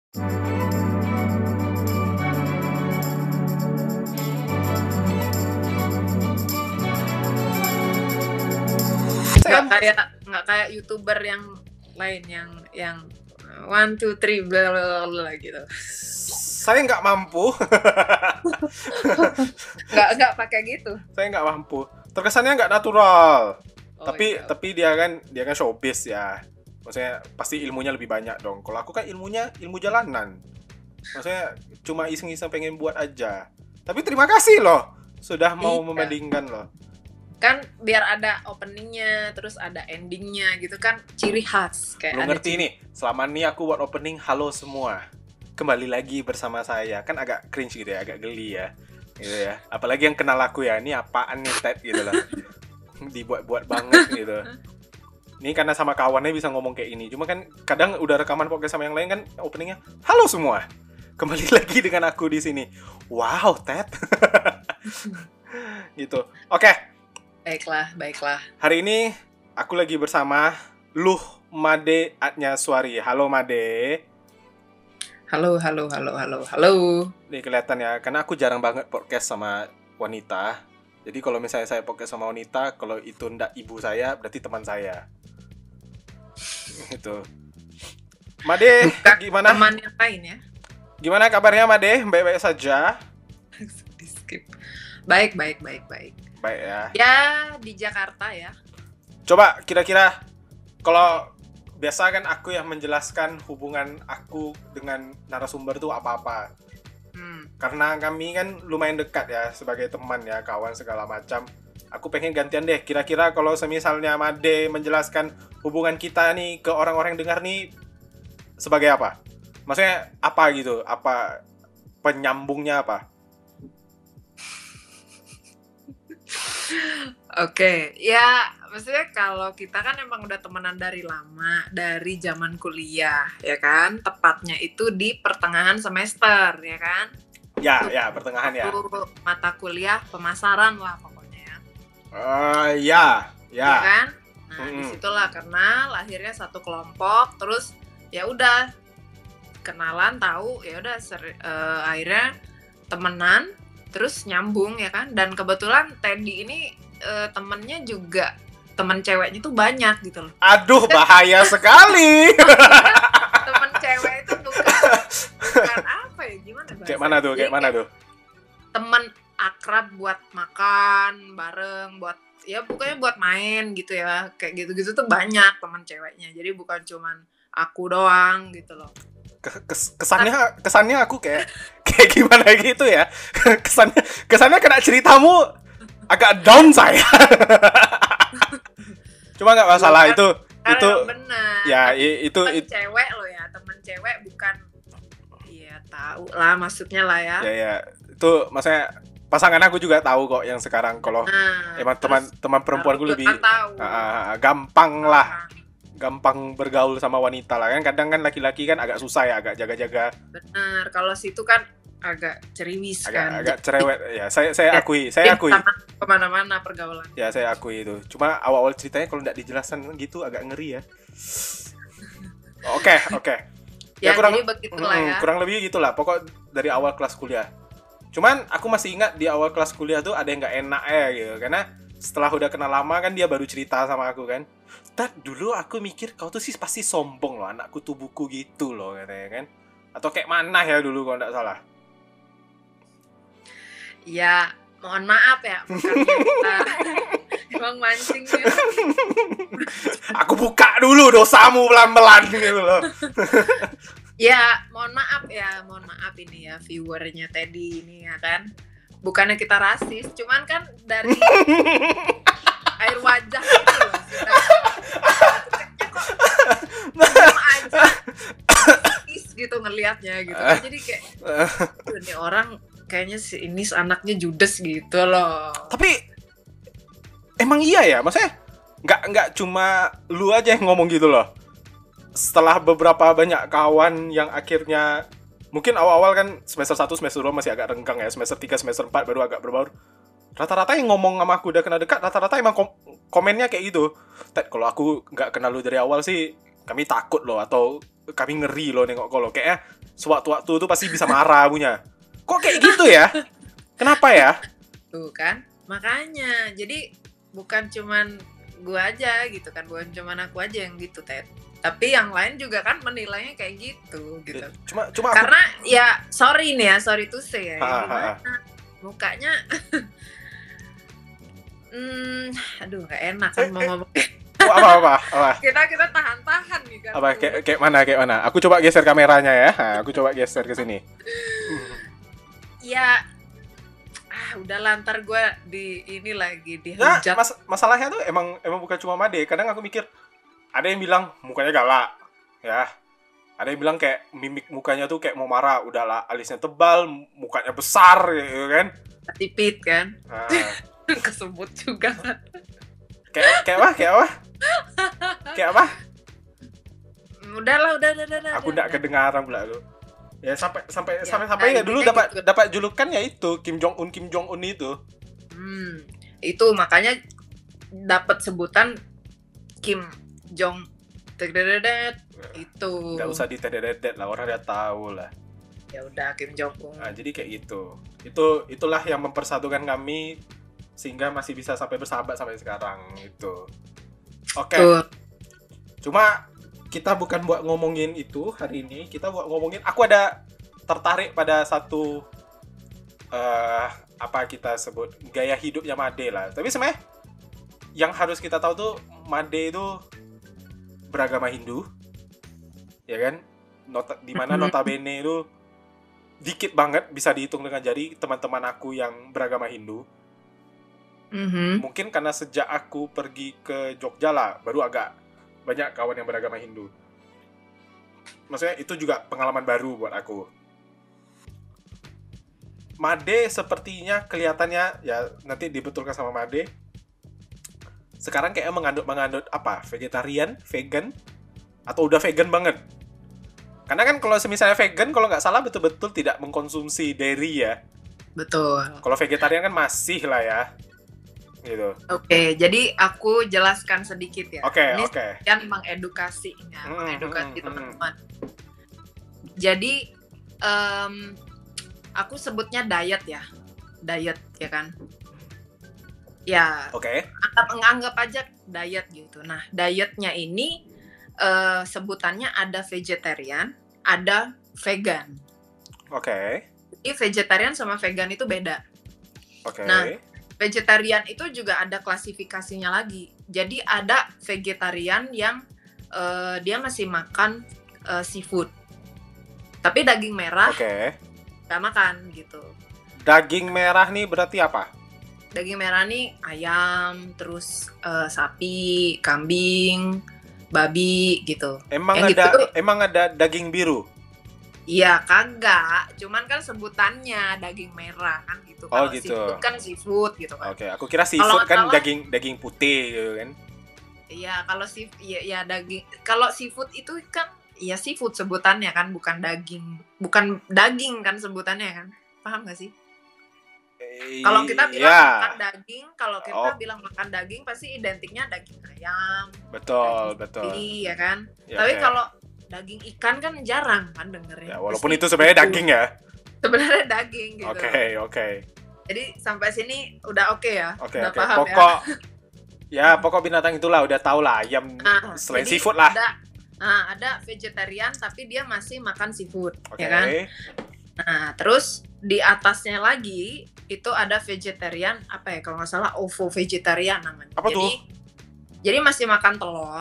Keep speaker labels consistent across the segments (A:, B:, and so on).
A: Nggak kayak YouTuber yang lain yang 1, 2, 3 bla bla bla gitu.
B: Saya nggak mampu.
A: nggak pakai gitu.
B: Saya nggak mampu. Terkesannya nggak natural.
A: Oh,
B: Tapi dia kan showbiz ya. Maksudnya pasti ilmunya lebih banyak dong. Kalau aku kan ilmunya ilmu jalanan. Maksudnya cuma iseng-iseng pengen buat aja. Tapi terima kasih loh sudah mau membandingkan loh.
A: Kan biar ada openingnya, terus ada endingnya gitu kan, ciri khas kayak.
B: Belum ngerti nih. Selama ini aku buat opening halo semua. Kembali lagi bersama saya. Kan agak cringe gitu ya, agak geli ya. Gitu ya. Apalagi yang kenal aku ya. Ini apaan nih Ted gitu lah. Dibuat-buat banget gitu. Ini karena sama kawannya bisa ngomong kayak ini. Cuma kan kadang udah rekaman podcast sama yang lain kan openingnya halo semua. Kembali lagi dengan aku di sini. Wow, Ted. Gitu. Oke.
A: Baiklah.
B: Hari ini aku lagi bersama Luh Made Atnyaswari. Halo Made.
A: Halo.
B: Nih kelihatan ya, karena aku jarang banget podcast sama wanita. Jadi kalau misalnya saya podcast sama wanita, kalau itu ndak ibu saya, berarti teman saya. Gitu. Made, gimana?
A: Teman yang lain ya.
B: Gimana kabarnya Made? Baik-baik saja?
A: Di skip. Baik.
B: Baik ya.
A: Ya, di Jakarta ya.
B: Coba kira-kira kalau biasa kan aku yang menjelaskan hubungan aku dengan narasumber tuh apa-apa. Karena kami kan lumayan dekat ya sebagai teman ya, kawan segala macam. Aku pengen gantian deh. Kira-kira kalau semisalnya Made menjelaskan hubungan kita nih ke orang-orang dengar nih sebagai apa? Maksudnya apa gitu? Apa penyambungnya apa?
A: Oke, ya maksudnya kalau kita kan emang udah temenan dari lama, dari zaman kuliah, ya kan? Tepatnya itu di pertengahan semester, ya kan?
B: Ya, pertengahan ya.
A: Mata kuliah pemasaran lah pokoknya ya.
B: Ya.
A: Ya kan? Nah, disitulah karena lahirnya satu kelompok, terus ya udah kenalan, tahu, ya udah akhirnya temenan. Terus nyambung ya kan, dan kebetulan Teddy ini temennya juga, temen ceweknya tuh banyak gitu loh.
B: Aduh, bahaya sekali.
A: Temen cewek itu bukan apa ya, gimana bahasa?
B: Kayak mana tuh?
A: Temen akrab buat makan bareng, buat ya pokoknya buat main gitu ya, kayak gitu-gitu tuh banyak temen ceweknya. Jadi bukan cuman aku doang gitu loh.
B: Kesannya aku kayak gimana gitu ya. Kesannya kena ceritamu agak down saya. Cuma nggak masalah itu
A: benar
B: ya itu
A: cewek lo ya, temen cewek bukan, iya tahu lah maksudnya lah ya.
B: Ya itu maksudnya pasangan aku juga tahu kok yang sekarang. Kalau emang teman perempuanku lebih gampang lah. Gampang bergaul sama wanita lah kan. Kadang kan laki-laki kan agak susah ya, agak jaga-jaga.
A: Benar, kalau situ kan agak ceriwis kan.
B: Agak cerewet ya. Saya akui.
A: Kemana-mana pergaulan.
B: Ya saya akui itu. Cuma awal-awal ceritanya kalau nggak dijelaskan gitu agak ngeri ya. Oke.
A: Ya kurang, jadi begitulah ya.
B: Kurang lebih gitulah. Pokok dari awal kelas kuliah. Cuman aku masih ingat di awal kelas kuliah tuh ada yang nggak enak ya gitu. Karena setelah udah kenal lama kan dia baru cerita sama aku kan. Dulu aku mikir kau tuh sih pasti sombong loh, anakku tuh buku gitu loh katanya kan. Atau kayak mana ya dulu kalau nggak salah.
A: Ya mohon maaf ya, bukannya kita emang mancing ya.
B: Aku buka dulu dosamu pelan-pelan gitu loh.
A: Ya mohon maaf ini ya viewernya Teddy ini ya kan. Bukannya kita rasis, cuman kan dari air wajah gitu loh kita kok aja gitu ngelihatnya gitu kan. Jadi kayak ini orang kayaknya ini anaknya judes gitu loh.
B: Tapi emang iya ya, maksudnya nggak cuma lu aja yang ngomong gitu loh. Setelah beberapa banyak kawan yang akhirnya mungkin awal-awal kan semester 1, semester 2 masih agak renggang ya, semester 3, semester 4 baru agak berbaur. Rata-rata yang ngomong sama aku udah kenal dekat, rata-rata emang komennya kayak gitu. Ted, kalau aku nggak kenal lu dari awal sih, kami takut loh, atau kami ngeri loh nengok kau loh. Kayaknya sewaktu-waktu tuh pasti bisa marah punya. Kok kayak gitu ya? Kenapa ya?
A: Tuh kan, makanya jadi bukan cuman gua aja gitu kan, bukan cuman aku aja yang gitu, Ted. Tapi yang lain juga kan menilainya kayak gitu.
B: Cuma aku...
A: Karena ya sorry nih ya, sorry to say ya, gimana mukanya aduh nggak enak kan mau ngomong.
B: Apa?
A: Kita tahan-tahan nih kan.
B: Apa kayak mana? Aku coba geser kameranya ya. Aku coba geser ke sini.
A: Ya, udah lantar gue di ini lagi dihujat.
B: Ya, masalahnya tuh emang bukan cuma Made. Kadang aku mikir ada yang bilang mukanya galak, ya. Ada yang bilang kayak mimik mukanya tuh kayak mau marah, udahlah alisnya tebal, mukanya besar gitu kan.
A: Tipit kan. Kesebut juga kan.
B: Kayak apa?
A: Udah.
B: Aku enggak kedengaran pula lu. Ya sampai ya dulu
A: gitu.
B: dapat julukan ya itu Kim Jong Un itu.
A: Itu makanya dapat sebutan Kim Jong itu.
B: Enggak usah ditededet lah, orang udah tahu lah.
A: Ya udah Kim Jong Un.
B: Nah, jadi kayak gitu. Itulah yang mempersatukan kami sehingga masih bisa sampai bersahabat sampai sekarang itu. Oke. Cuma kita bukan buat ngomongin itu hari ini, kita buat ngomongin, aku ada tertarik pada satu apa kita sebut gaya hidupnya Made lah. Tapi sebenarnya yang harus kita tahu tuh Made itu beragama Hindu. Ya kan? Dimana notabene itu dikit banget bisa dihitung dengan jari teman-teman aku yang beragama Hindu. Mungkin karena sejak aku pergi ke Jogja lah, baru agak banyak kawan yang beragama Hindu. Maksudnya itu juga pengalaman baru buat aku. Made sepertinya kelihatannya, ya nanti dibetulkan sama Made, sekarang kayaknya mengandut apa? Vegetarian, vegan, atau udah vegan banget. Karena kan kalau misalnya vegan, kalau nggak salah betul-betul tidak mengkonsumsi dairy ya.
A: Betul.
B: Kalau vegetarian kan masih lah ya. Gitu.
A: Oke, jadi aku jelaskan sedikit ya. Ini kan mengedukasi teman-teman. Jadi aku sebutnya diet ya kan. Ya. Anggap aja diet gitu. Nah, dietnya ini sebutannya ada vegetarian, ada vegan. Jadi vegetarian sama vegan itu beda. Nah, vegetarian itu juga ada klasifikasinya lagi. Jadi ada vegetarian yang dia masih makan seafood. Tapi daging merah nggak makan gitu.
B: Daging merah nih berarti apa?
A: Daging merah nih ayam, terus sapi, kambing, babi gitu.
B: Emang ada daging biru?
A: Iya, kagak. Cuman kan sebutannya daging merah kan gitu. Kalau
B: gitu.
A: Seafood kan seafood gitu kan.
B: Aku kira seafood kan daging putih gitu kan.
A: Iya, kalau seafood itu kan ya seafood sebutannya kan, bukan daging kan sebutannya kan. Paham gak sih? Kalau kita bilang makan daging, bilang makan daging pasti identiknya daging ayam.
B: Betul.
A: Ya kan? Tapi kalau daging ikan kan jarang kan dengernya.
B: Ya, walaupun itu sebenarnya daging ya.
A: Sebenarnya daging gitu.
B: Oke.
A: Jadi sampai sini udah oke ya? Udah paham
B: pokok binatang itulah udah tahu lah, ayam selain seafood lah.
A: Ada vegetarian tapi dia masih makan seafood, ya kan? Nah, terus di atasnya lagi itu ada vegetarian, apa ya kalau nggak salah ovo vegetarian namanya.
B: Apa tuh?
A: Jadi masih makan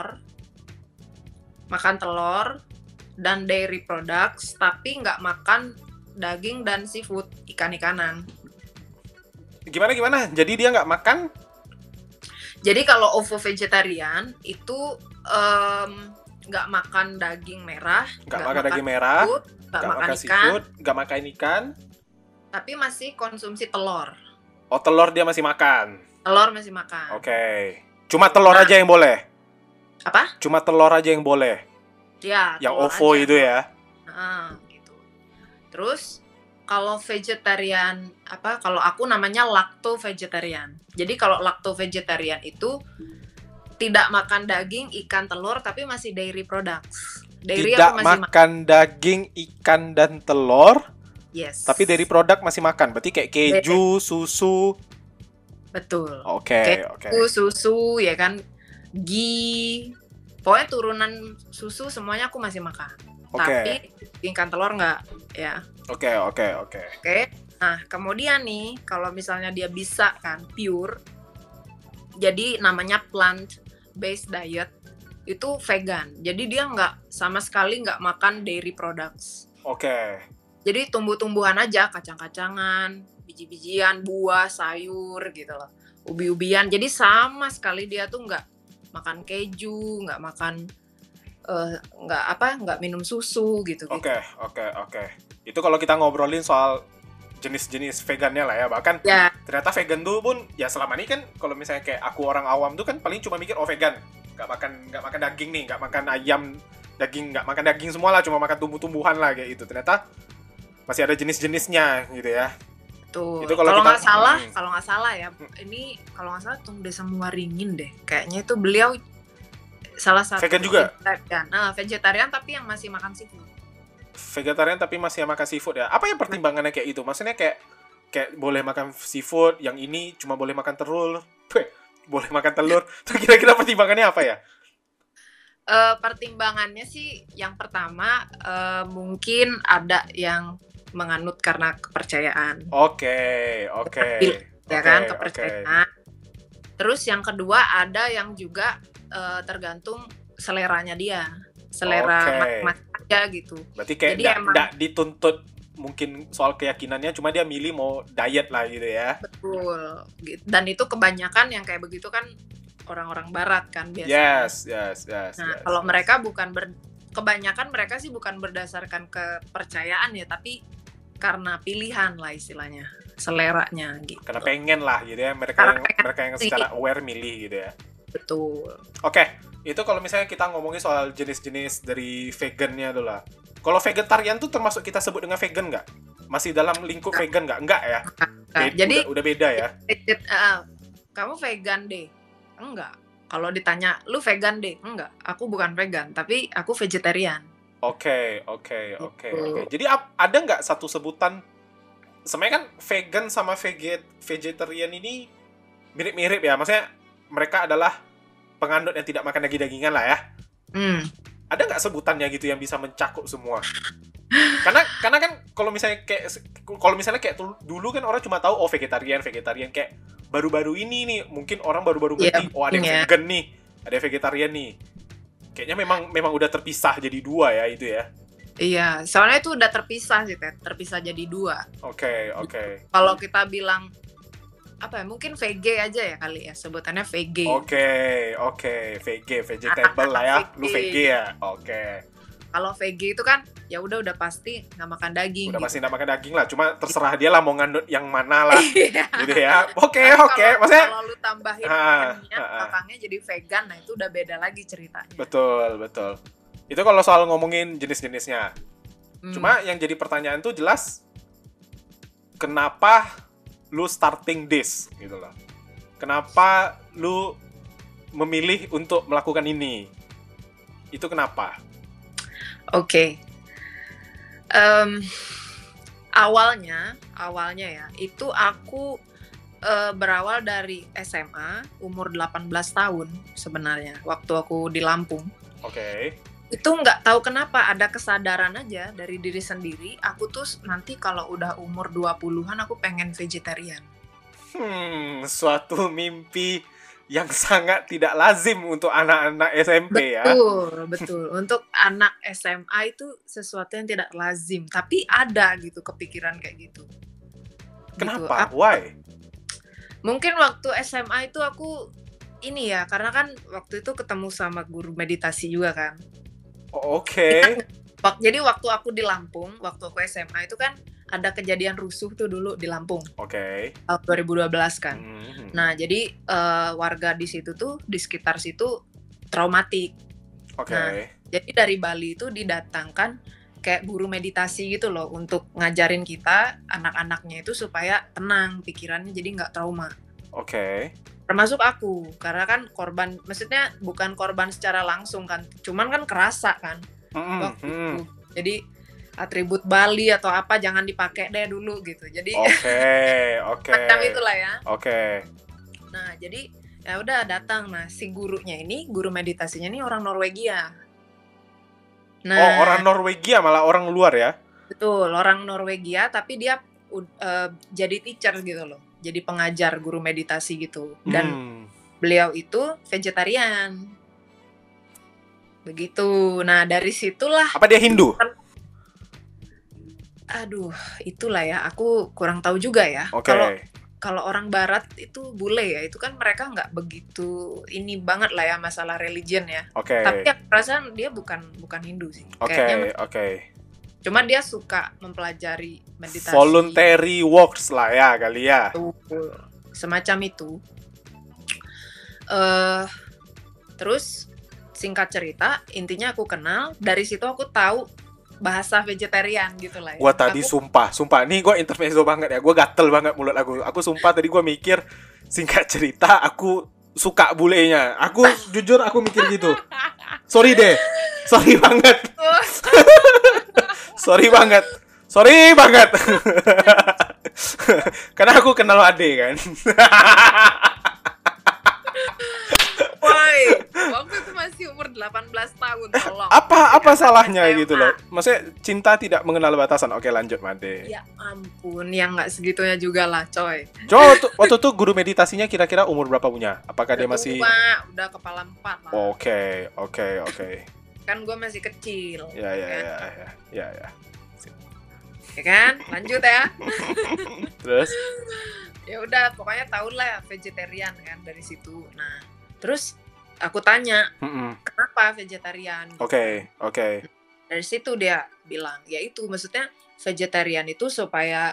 A: telur dan dairy products, tapi nggak makan daging dan seafood, ikan-ikanan.
B: Gimana? Jadi dia nggak makan?
A: Jadi kalau ovo vegetarian itu nggak makan daging merah,
B: nggak makan seafood, nggak makan seafood, nggak makan ikan,
A: tapi masih konsumsi telur.
B: Oh, telur dia masih makan?
A: Telur masih makan.
B: Cuma telur aja yang boleh?
A: Apa?
B: Cuma telur aja yang boleh?
A: Ya,
B: yang ovo aja. Itu ya?
A: Gitu. Terus kalau vegetarian, kalau aku namanya lacto vegetarian. Jadi kalau lacto vegetarian itu tidak makan daging, ikan, telur, tapi masih dairy products. Dairy
B: tidak
A: aku masih
B: makan daging, ikan dan telur.
A: Yes.
B: Tapi dairy produk masih makan. Berarti kayak keju, susu.
A: Betul.
B: Oke.
A: Susu ya kan, ghee. Pokoknya turunan susu semuanya aku masih makan. Tapi ikan telur nggak ya.
B: Oke.
A: Nah, kemudian nih kalau misalnya dia bisa kan pure, jadi namanya plant based diet, itu vegan. Jadi dia sama sekali nggak makan dairy products.
B: Oke.
A: Jadi tumbuh-tumbuhan aja, kacang-kacangan, biji-bijian, buah, sayur gitu loh. Ubi-ubian. Jadi sama sekali dia tuh nggak makan keju, nggak makan nggak minum susu gitu.
B: Oke. Itu kalau kita ngobrolin soal jenis-jenis vegannya lah ya. Bahkan ternyata vegan tuh pun ya selama ini kan kalau misalnya kayak aku orang awam tuh kan paling cuma mikir vegan, nggak makan daging nih, nggak makan ayam, nggak makan daging semua lah, cuma makan tumbuh-tumbuhan lah kayak gitu. Ternyata masih ada jenis-jenisnya gitu ya.
A: Tuh.
B: Itu
A: kalau nggak salah ya, ini kalau nggak salah Tung Desa Muaringin deh. Kayaknya itu beliau salah satu
B: vegan juga.
A: Vegetarian tapi yang masih makan seafood.
B: Vegetarian tapi masih makan seafood ya. Apa yang pertimbangannya kayak itu? Maksudnya kayak boleh makan seafood, yang ini cuma boleh makan telur. Boleh makan telur. Tuh kira-kira pertimbangannya apa ya?
A: Pertimbangannya sih yang pertama mungkin ada yang menganut karena kepercayaan.
B: Oke.
A: Ya kan, kepercayaan. Terus yang kedua ada yang juga tergantung seleranya dia. Selera masing-masing aja gitu.
B: Berarti kayak nggak dituntut mungkin soal keyakinannya, cuma dia milih mau diet lah gitu ya.
A: Betul. Dan itu kebanyakan yang kayak begitu kan orang-orang barat kan biasanya.
B: Yes.
A: Kalau mereka kebanyakan mereka sih bukan berdasarkan kepercayaan ya, tapi karena pilihan lah istilahnya, seleranya gitu.
B: Karena pengen lah gitu ya, mereka yang secara aware milih gitu ya.
A: Betul.
B: Oke. Itu kalau misalnya kita ngomongin soal jenis-jenis dari vegannya tuh lah. Kalau vegetarian tuh termasuk kita sebut dengan vegan nggak? Masih dalam lingkup vegan nggak? Enggak ya?
A: Jadi
B: udah beda ya?
A: Kamu vegan deh? Enggak. Kalau ditanya, lu vegan deh? Enggak. Aku bukan vegan, tapi aku vegetarian.
B: Oke. Jadi ada nggak satu sebutan? Sebenarnya kan vegan sama vegetarian ini mirip-mirip ya. Maksudnya mereka adalah penganut yang tidak makan daging-dagingan lah ya. Ada nggak sebutannya gitu yang bisa mencakup semua? Karena kan kalau misalnya kayak dulu kan orang cuma tahu vegetarian kayak baru-baru ini nih mungkin orang baru-baru ngerti ada yang vegan nih, ada yang vegetarian nih. Kayaknya memang udah terpisah jadi dua ya itu ya.
A: Iya, soalnya itu udah terpisah sih, terpisah jadi dua.
B: Oke.
A: Kalau kita bilang apa ya, mungkin VG aja ya kali ya, sebutannya VG.
B: Oke, VG, vegetable lah ya. Lu VG ya. Oke.
A: Kalau VG itu kan ya udah pasti nggak makan daging.
B: Udah pasti nggak makan daging lah, cuma terserah dia lah mau ngandut yang mana lah. Gitu ya. Oke.
A: Maksudnya kalau lu tambahin belakangnya jadi vegan, nah itu udah beda lagi ceritanya.
B: Betul. Itu kalau soal ngomongin jenis-jenisnya. Cuma yang jadi pertanyaan tuh jelas kenapa lu starting this gitu loh. Kenapa lu memilih untuk melakukan ini? Itu kenapa?
A: Oke. Awalnya ya, itu aku berawal dari SMA, umur 18 tahun sebenarnya, waktu aku di Lampung.
B: Oke.
A: Itu nggak tahu kenapa ada kesadaran aja dari diri sendiri, aku tuh nanti kalau udah umur 20-an aku pengen vegetarian.
B: Suatu mimpi yang sangat tidak lazim untuk anak-anak SMP ya.
A: Betul. Untuk anak SMA itu sesuatu yang tidak lazim, tapi ada gitu kepikiran kayak gitu.
B: Kenapa? Why?
A: Mungkin waktu SMA itu aku ini ya, karena kan waktu itu ketemu sama guru meditasi juga kan.
B: Oke.
A: Jadi waktu aku di Lampung, waktu aku SMA itu kan ada kejadian rusuh tuh dulu di Lampung.
B: Oke.
A: 2012 kan. Nah, jadi warga di situ tuh, di sekitar situ traumatik.
B: Oke.
A: Nah, jadi dari Bali itu didatangkan kayak guru meditasi gitu loh untuk ngajarin kita anak-anaknya itu supaya tenang pikirannya, jadi nggak trauma.
B: Oke.
A: Termasuk aku, karena kan korban, maksudnya bukan korban secara langsung kan, cuman kan kerasa kan. waktu itu. Jadi atribut Bali atau apa jangan dipakai deh dulu gitu. Jadi
B: oke.
A: macam itulah ya.
B: Oke.
A: Nah, jadi ya udah datang. Nah, si gurunya ini, guru meditasinya ini orang Norwegia. Nah,
B: orang Norwegia, malah orang luar ya?
A: Betul, orang Norwegia tapi dia jadi teacher gitu loh. Jadi pengajar, guru meditasi gitu. Dan beliau itu vegetarian. Begitu. Nah, dari situlah.
B: Apa dia Hindu?
A: Aduh, itulah ya. Aku kurang tahu juga ya. Kalau orang Barat itu bule ya, itu kan mereka nggak begitu ini banget lah ya masalah religion ya. Tapi aku rasa dia bukan Hindu sih. Cuma dia suka mempelajari meditasi.
B: Voluntary works lah ya kali ya.
A: Semacam itu. Terus singkat cerita, intinya aku kenal. Dari situ aku tahu bahasa vegetarian gitu lah ya.
B: Gua tadi sumpah, nih gue intermezzo banget ya, gue gatel banget mulut aku sumpah tadi gue mikir, singkat cerita aku suka bulenya, aku jujur aku mikir gitu, sorry banget sorry banget karena aku kenal Ade kan.
A: Woi, waktu itu masih umur 18 tahun, tolong.
B: Apa salahnya gitu loh? Maksudnya cinta tidak mengenal batasan. Oke, lanjut, Made.
A: Ya ampun, yang nggak segitunya juga lah, coy.
B: Waktu itu guru meditasinya kira-kira umur berapa punya? Apakah dia masih...
A: Udah kepala 4 lah.
B: Oke.
A: Kan gue masih kecil.
B: Ya.
A: Ya kan? Lanjut ya.
B: Terus?
A: Ya udah, pokoknya tau lah vegetarian kan dari situ. Nah, terus aku tanya, kenapa vegetarian?
B: Oke.
A: Dari situ dia bilang, ya itu maksudnya vegetarian itu supaya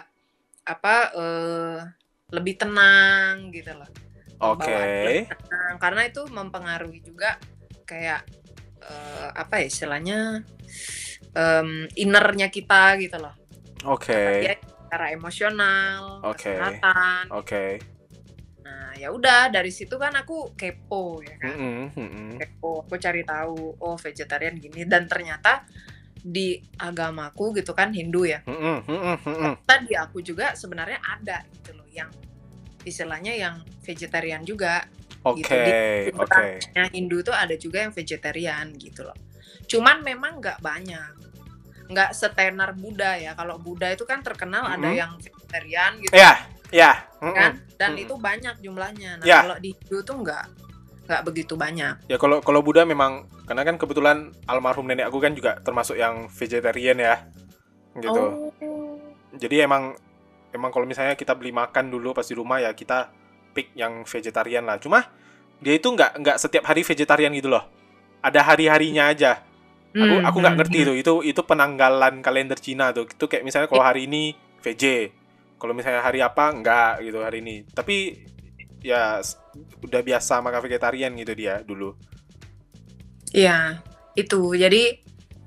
A: lebih tenang gitu loh. Karena itu mempengaruhi juga kayak istilahnya innernya kita gitu loh. Secara emosional, kesehatan. Nah, ya udah dari situ kan aku kepo ya kan. Kepo, aku cari tahu, oh vegetarian gini, dan ternyata di agamaku gitu kan, Hindu ya. Tadi aku juga sebenarnya ada gitu loh yang istilahnya yang vegetarian juga. Gitu. Di Hindu tuh ada juga yang vegetarian gitu loh. Cuman memang nggak banyak. Nggak setenar Buddha ya. Kalau Buddha itu kan terkenal ada yang vegetarian gitu. Kan? Dan itu banyak jumlahnya. Nah, kalau di Hindu tuh nggak begitu banyak.
B: Ya kalau Buddha memang, karena kan kebetulan almarhum nenek aku kan juga termasuk yang vegetarian ya. Gitu. Jadi emang kalau misalnya kita beli makan dulu pas di rumah ya kita pick yang vegetarian lah. Cuma dia itu nggak setiap hari vegetarian gitu loh. Ada hari-harinya aja. Aku nggak ngerti itu penanggalan kalender Cina tuh. Itu kayak misalnya kalau hari ini VJ, kalau misalnya hari apa enggak gitu hari ini. Tapi ya udah biasa makan vegetarian gitu dia dulu.
A: Iya, itu. Jadi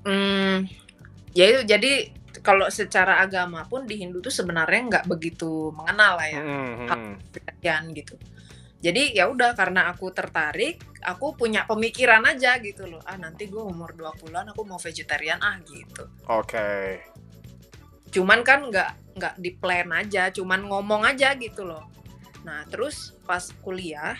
A: jadi kalau secara agama pun di Hindu tuh sebenarnya nggak begitu mengenal lah ya vegetarian gitu. Jadi ya udah, karena aku tertarik, aku punya pemikiran aja gitu loh. Nanti gue umur 20-an aku mau vegetarian gitu. Cuman kan nggak di plan aja, cuman ngomong aja gitu loh. Nah, terus pas kuliah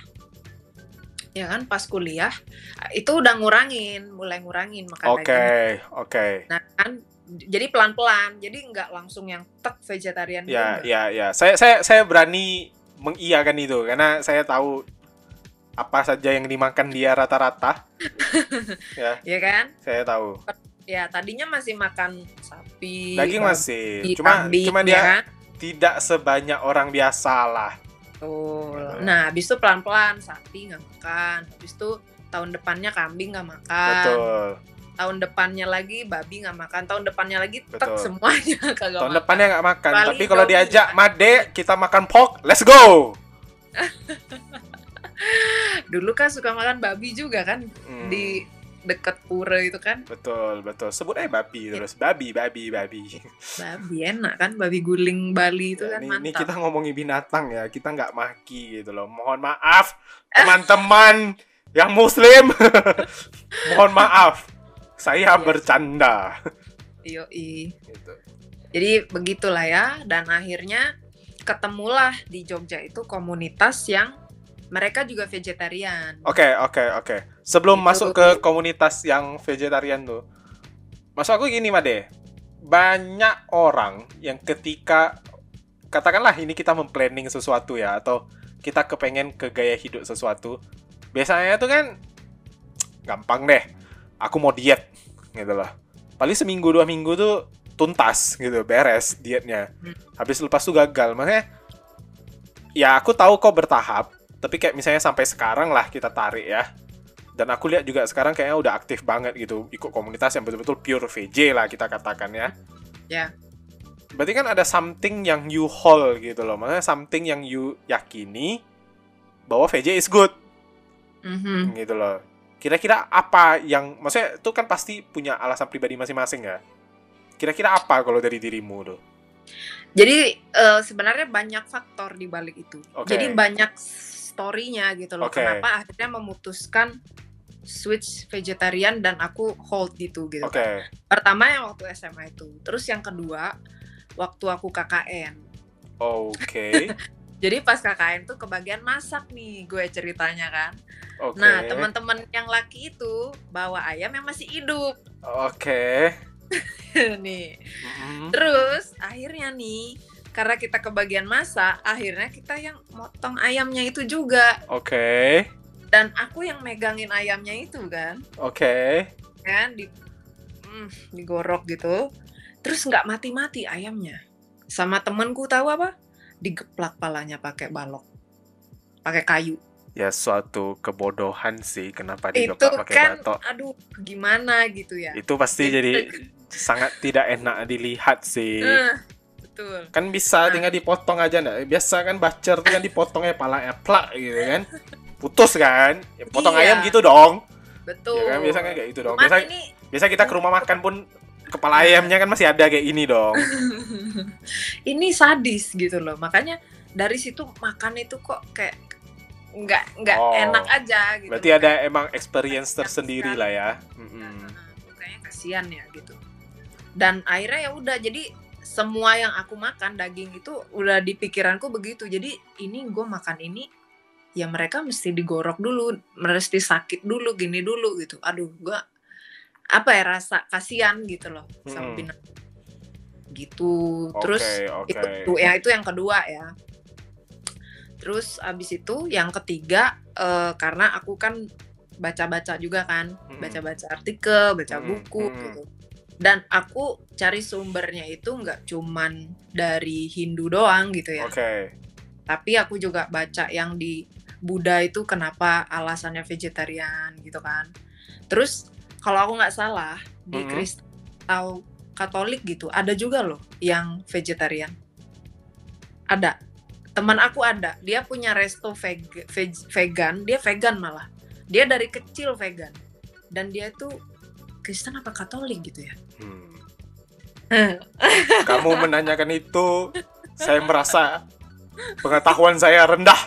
A: itu udah mulai ngurangin makan daging. Nah, kan jadi pelan-pelan. Jadi nggak langsung yang vegetarian gitu.
B: Ya. Saya berani mengiyakan itu karena saya tahu apa saja yang dimakan dia rata-rata.
A: Ya kan?
B: Saya tahu.
A: Ya, tadinya masih makan sapi.
B: Daging masih. Cuma dia kan? Tidak sebanyak orang biasa lah.
A: Nah, habis itu pelan-pelan sapi nggak makan. Habis itu tahun depannya kambing nggak makan.
B: Betul.
A: Tahun depannya lagi babi nggak makan. Tahun depannya lagi semuanya kagak makan.
B: Tahun depannya nggak makan. Tapi kalau diajak Made kita makan pork, let's go.
A: Dulu kan suka makan babi juga kan di dekat pura itu kan.
B: Betul. Sebut aja babi terus. Babi.
A: Babi enak kan, babi guling Bali itu kan mantap.
B: Ini kita ngomongin binatang ya, kita nggak maki gitu loh. Mohon maaf teman-teman yang muslim. Mohon maaf. Saya bercanda.
A: Yoi.
B: Gitu.
A: Jadi begitulah ya, dan akhirnya ketemulah di Jogja itu komunitas yang mereka juga vegetarian.
B: Oke. Sebelum
A: Gitu.
B: masuk ke komunitas yang vegetarian tuh, maksud aku gini Made, banyak orang yang ketika katakanlah ini kita memplanning sesuatu ya, atau kita kepengen ke gaya hidup sesuatu, biasanya tuh kan gampang deh, aku mau diet gitu loh, paling seminggu 2 minggu tuh tuntas gitu, beres dietnya, habis lepas tuh gagal. Makanya ya aku tahu kok bertahap, tapi kayak misalnya sampai sekarang lah kita tarik ya, dan aku lihat juga sekarang kayaknya udah aktif banget gitu, ikut komunitas yang betul-betul pure VJ lah kita katakan ya.
A: Ya.
B: Berarti kan ada something yang you hold gitu loh, maksudnya something yang you yakini bahwa VJ is good. Gitu loh. Kira-kira apa yang, maksudnya itu kan pasti punya alasan pribadi masing-masing ya. Kira-kira apa kalau dari dirimu tuh?
A: Jadi sebenarnya banyak faktor di balik itu.
B: Okay.
A: Jadi banyak story-nya gitu loh.
B: Okay.
A: Kenapa akhirnya memutuskan switch vegetarian dan aku hold gitu
B: Okay.
A: kan. Pertama yang waktu SMA itu. Terus yang kedua waktu aku KKN.
B: Oke.
A: Jadi pas KKN tuh kebagian masak nih gue ceritanya kan.
B: Okay.
A: Nah teman-teman yang laki itu bawa ayam yang masih hidup.
B: Oke.
A: Nih. Terus akhirnya nih karena kita kebagian masak, akhirnya kita yang motong ayamnya itu juga.
B: Oke.
A: Dan aku yang megangin ayamnya itu kan.
B: Oke.
A: Kan digorok gitu. Terus nggak mati-mati ayamnya. Sama temanku tahu apa? Digeplak palanya pakai balok. Pakai kayu.
B: Ya suatu kebodohan sih, kenapa
A: Itu
B: digeplak pakai
A: kan,
B: batok.
A: aduh gimana gitu ya.
B: Itu pasti jadi sangat tidak enak dilihat sih.
A: Betul.
B: Kan bisa tinggal dipotong aja nggak? Biasa kan bacer tuh kan dipotongnya palanya plak gitu kan. Putus kan? Ya, potong ayam gitu dong.
A: Betul.
B: Ya kan biasanya kayak gitu dong.
A: Cuman
B: Biasa kita ke rumah makan pun kepala ayamnya kan masih ada kayak ini dong.
A: Ini sadis gitu loh. Makanya dari situ makan itu kok kayak nggak enak aja gitu.
B: Berarti ada emang experience tersendiri lah ya.
A: Kayaknya kasihan ya gitu. Dan akhirnya ya udah, jadi semua yang aku makan daging itu udah di pikiranku begitu. Jadi ini gue makan ini ya mereka mesti digorok dulu, mesti sakit dulu, gini dulu gitu. Aduh, gue apa ya, rasa kasihan gitu loh sama binatang gitu. Terus itu yang kedua ya. Terus abis itu yang ketiga karena aku kan baca-baca juga kan, baca-baca artikel, baca buku gitu. Dan aku cari sumbernya itu nggak cuman dari Hindu doang gitu ya. Tapi aku juga baca yang di Buddha itu kenapa alasannya vegetarian gitu kan. Terus kalau aku nggak salah di Kristen atau Katolik gitu ada juga loh yang vegetarian. Ada. Teman aku ada, dia punya resto vegan, dia vegan malah. Dia dari kecil vegan. Dan dia itu Kristen apa Katolik gitu ya.
B: Kamu menanyakan itu, saya merasa pengetahuan saya rendah.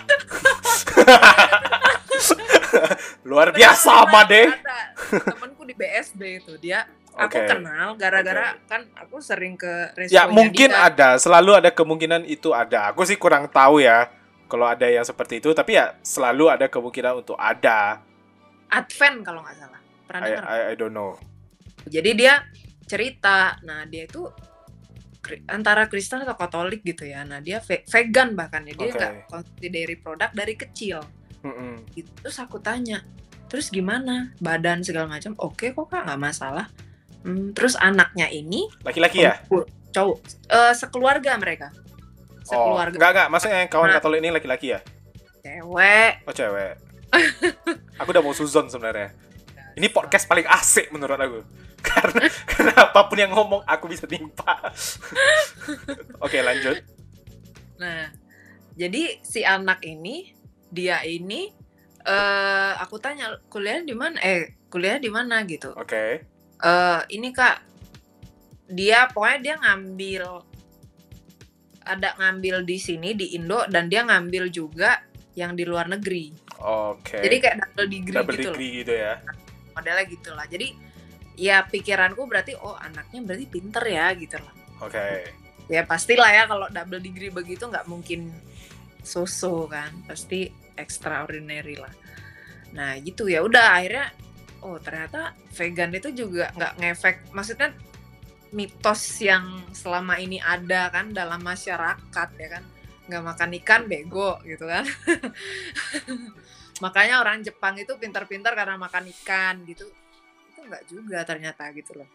B: Luar biasa, Made.
A: Temanku di BSD itu, dia aku kenal gara-gara kan aku sering ke restonya.
B: Ya mungkin ada, selalu ada kemungkinan itu ada. Aku sih kurang tahu ya kalau ada yang seperti itu, tapi ya selalu ada kemungkinan untuk ada.
A: Advent kalau nggak salah. Pernah dengar?
B: I don't know. Jadi
A: dia cerita, nah dia itu antara Kristen atau Katolik gitu ya. Nah dia vegan bahkan ya, dia nggak konsumsi dairy produk dari kecil. Terus aku tanya, terus gimana badan segala macam? Oke kok Kak, nggak masalah. Terus anaknya ini
B: laki-laki ya?
A: Cowok. Sekeluarga mereka. Sekeluarga.
B: Enggak, maksudnya yang kawan Katolik ini laki-laki ya?
A: Cewek.
B: Oh, cewek. Aku udah mau suzon sebenarnya. Ini podcast paling asik menurut aku. Karena apapun yang ngomong aku bisa timpa. Oke, lanjut.
A: Nah, jadi si anak ini, dia ini aku tanya kuliah di mana gitu. Ini Kak, dia pokoknya dia ngambil di sini di Indo, dan dia ngambil juga yang di luar negeri. Jadi kayak double degree gitu ya. Modelnya gitulah. Jadi ya pikiranku berarti anaknya berarti pinter ya gitu loh.
B: Oke.
A: Ya pastilah ya kalau double degree begitu nggak mungkin so-so kan, pasti extraordinary lah. Nah gitu ya udah akhirnya ternyata vegan itu juga nggak ngefek, maksudnya mitos yang selama ini ada kan dalam masyarakat ya kan, nggak makan ikan bego gitu kan. Makanya orang Jepang itu pintar-pintar karena makan ikan gitu, itu nggak juga ternyata gitu loh.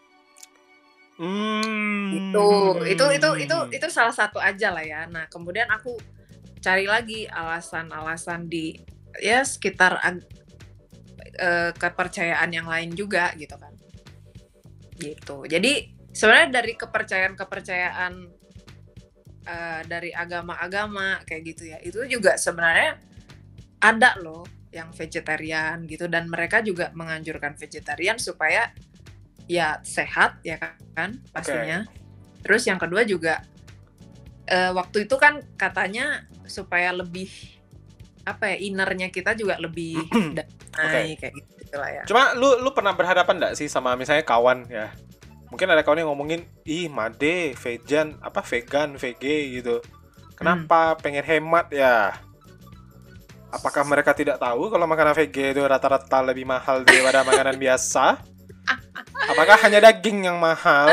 A: Itu salah satu aja lah ya. Nah kemudian aku cari lagi alasan-alasan di ya sekitar kepercayaan yang lain juga gitu kan. Gitu. Jadi sebenarnya dari kepercayaan dari agama-agama kayak gitu ya, itu juga sebenarnya ada loh yang vegetarian gitu, dan mereka juga menganjurkan vegetarian supaya ya sehat ya kan pastinya. Okay. Terus yang kedua juga waktu itu kan katanya supaya lebih innernya kita juga lebih damai kayak gitu lah ya.
B: Cuma lu pernah berhadapan nggak sih sama misalnya kawan ya? Mungkin ada kawan yang ngomongin, Made, vegan, VG gitu. Kenapa pengen hemat ya? Apakah mereka tidak tahu kalau makanan VG itu rata-rata lebih mahal daripada makanan biasa? Apakah hanya daging yang mahal?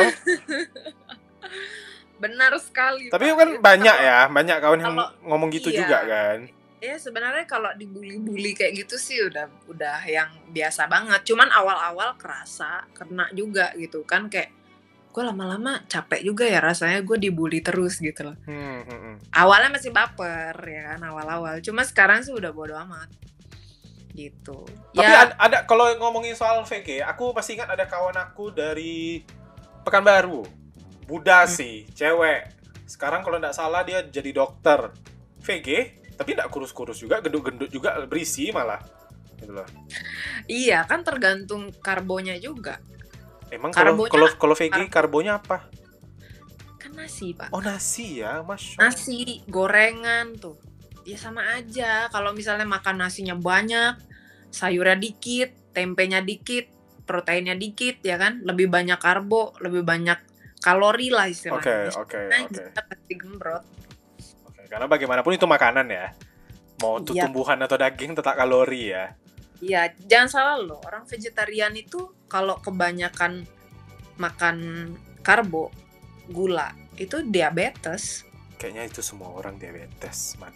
A: Benar sekali.
B: Tapi kan banyak kawan yang ngomong gitu juga kan.
A: Ya sebenarnya kalau dibully-bully kayak gitu sih udah yang biasa banget. Cuman awal-awal kerasa kena juga gitu kan, kayak gue lama-lama capek juga ya rasanya gue dibully terus gitu loh. Awalnya masih baper ya kan awal-awal. Cuma sekarang sih udah bodo amat gitu.
B: Tapi ada kalau ngomongin soal VG, aku pasti ingat ada kawan aku dari Pekanbaru, Buddha sih, cewek. Sekarang kalau nggak salah dia jadi dokter. VG, tapi nggak kurus-kurus juga, gendut-gendut juga, berisi malah. Gitu loh.
A: Iya, kan tergantung karbonya juga.
B: Emang kalau VG karbonya apa?
A: Kan nasi, Pak.
B: Oh, nasi ya, Masya.
A: Nasi, gorengan tuh. Ya sama aja. Kalau misalnya makan nasinya banyak, sayurnya dikit, tempenya dikit, proteinnya dikit ya kan, lebih banyak karbo, lebih banyak kalori lah istilahnya.
B: Oke.
A: Kita pasti gembrot.
B: Karena bagaimanapun itu makanan ya. Mau itu tumbuhan atau daging tetap kalori ya.
A: Iya, jangan salah loh. Orang vegetarian itu kalau kebanyakan makan karbo, gula, itu diabetes.
B: Kayaknya itu semua orang diabetes, man.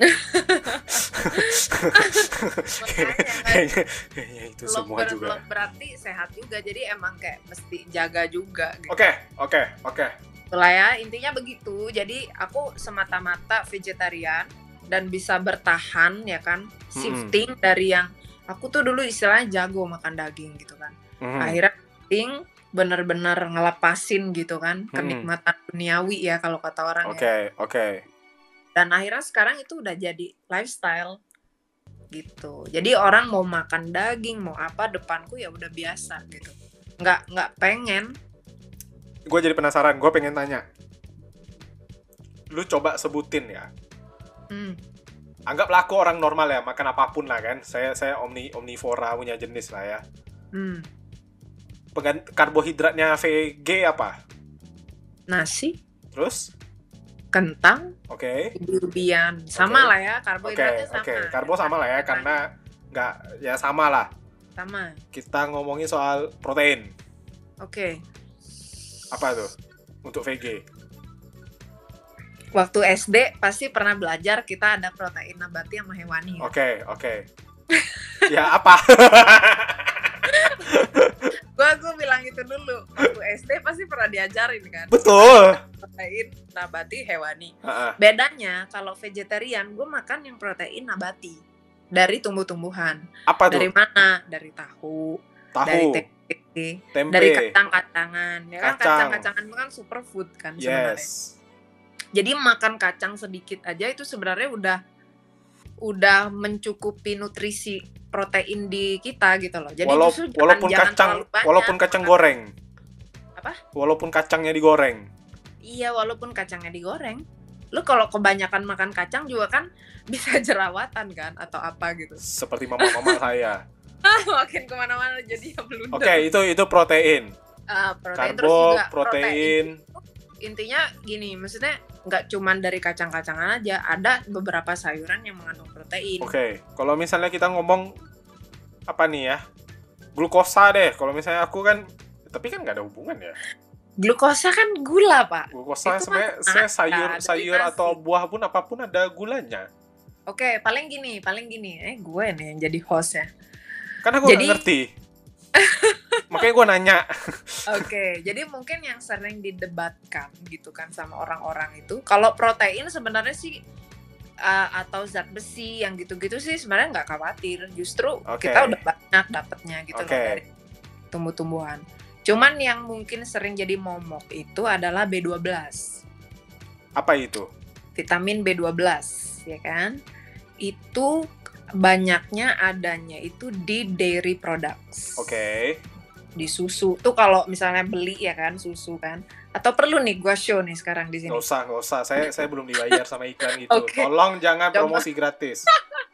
B: Kayaknya itu semua juga.
A: Berarti sehat juga, jadi emang kayak mesti jaga juga. Gitu.
B: Oke.
A: Itulah ya, intinya begitu. Jadi aku semata-mata vegetarian dan bisa bertahan ya kan, shifting dari yang aku tuh dulu istilahnya jago makan daging gitu kan. Akhirnya shifting bener-bener ngelepasin gitu kan kenikmatan duniawi ya kalau kata orang.
B: Oke.
A: Dan akhirnya sekarang itu udah jadi lifestyle gitu. Jadi orang mau makan daging mau apa depanku ya udah biasa gitu. Nggak pengen.
B: Gue jadi penasaran, gue pengen tanya. Lu coba sebutin ya. Anggaplah aku orang normal ya, makan apapun lah kan. Saya omnivora punya jenis lah ya. Karbohidratnya VG apa?
A: Nasi.
B: Terus?
A: Kentang.
B: Oke.
A: Durian. Sama lah ya, karbohidratnya sama.
B: Oke. Karbo sama lah ya, karena nggak ya sama lah.
A: Sama.
B: Kita ngomongin soal protein.
A: Oke.
B: Apa tuh untuk VG?
A: Waktu SD pasti pernah belajar kita ada protein nabati sama hewani.
B: Oke. Ya apa?
A: Gue bilang itu dulu. Waktu SD pasti pernah diajarin kan.
B: Betul.
A: Protein nabati hewani. Bedanya kalau vegetarian gue makan yang protein nabati dari tumbuh-tumbuhan.
B: Apa tuh?
A: Dari mana? Dari tahu. Dari tempe. Dari kacang-kacangan. Ya kan kacang-kacangan itu kan superfood kan sebenarnya.
B: Yes.
A: Jadi makan kacang sedikit aja itu sebenarnya udah mencukupi nutrisi protein di kita gitu loh. Jadi
B: walaupun kacang goreng.
A: Apa?
B: Walaupun kacangnya digoreng.
A: Iya, walaupun kacangnya digoreng. Lu kalau kebanyakan makan kacang juga kan bisa jerawatan kan atau apa gitu.
B: Seperti mama-mama saya.
A: Makin kemana-mana jadi ya blunder.
B: Oke, itu protein.
A: Protein terus
B: Karbo,
A: juga
B: protein.
A: Intinya gini, maksudnya nggak cuman dari kacang-kacangan aja, ada beberapa sayuran yang mengandung protein.
B: Oke, kalau misalnya kita ngomong apa nih ya, glukosa deh. Kalau misalnya aku kan, tapi kan nggak ada hubungan ya.
A: Glukosa kan gula, Pak.
B: Glukosa sebenarnya sayur atau buah pun apapun ada gulanya.
A: Oke, paling gini, gue nih yang jadi hostnya.
B: Karena gue nggak ngerti. Makanya gue nanya.
A: Oke, jadi mungkin yang sering didebatkan gitu kan sama orang-orang itu, kalau protein sebenarnya sih atau zat besi yang gitu-gitu sih sebenarnya nggak khawatir. Justru kita udah banyak dapetnya gitu loh dari tumbuh-tumbuhan. Cuman yang mungkin sering jadi momok itu adalah B12.
B: Apa itu?
A: Vitamin B12, ya kan? Itu banyaknya adanya itu di dairy products. Di susu. Tuh kalau misalnya beli ya kan susu kan. Atau perlu nih gua show nih sekarang di sini.
B: Nggak usah. Saya belum dibayar sama iklan gitu. Tolong jangan promosi gratis.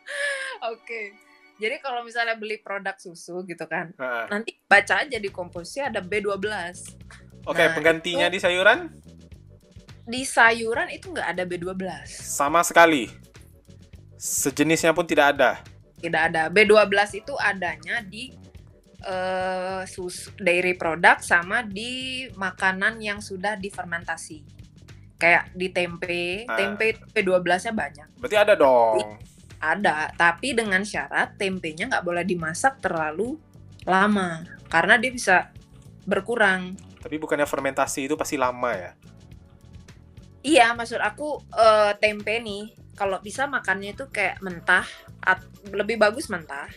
A: Jadi kalau misalnya beli produk susu gitu kan, nanti baca aja di komposisinya ada B12.
B: Penggantinya di sayuran?
A: Di sayuran itu nggak ada B12.
B: Sama sekali? Sejenisnya pun tidak ada?
A: Tidak ada. B12 itu adanya di susu, dairy product sama di makanan yang sudah difermentasi. Kayak di tempe. Tempe B12-nya banyak.
B: Berarti ada dong?
A: Ada, tapi dengan syarat tempenya nggak boleh dimasak terlalu lama karena dia bisa berkurang.
B: Tapi bukannya fermentasi itu pasti lama ya?
A: Iya, maksud aku tempe nih kalau bisa makannya itu kayak mentah, lebih bagus mentah.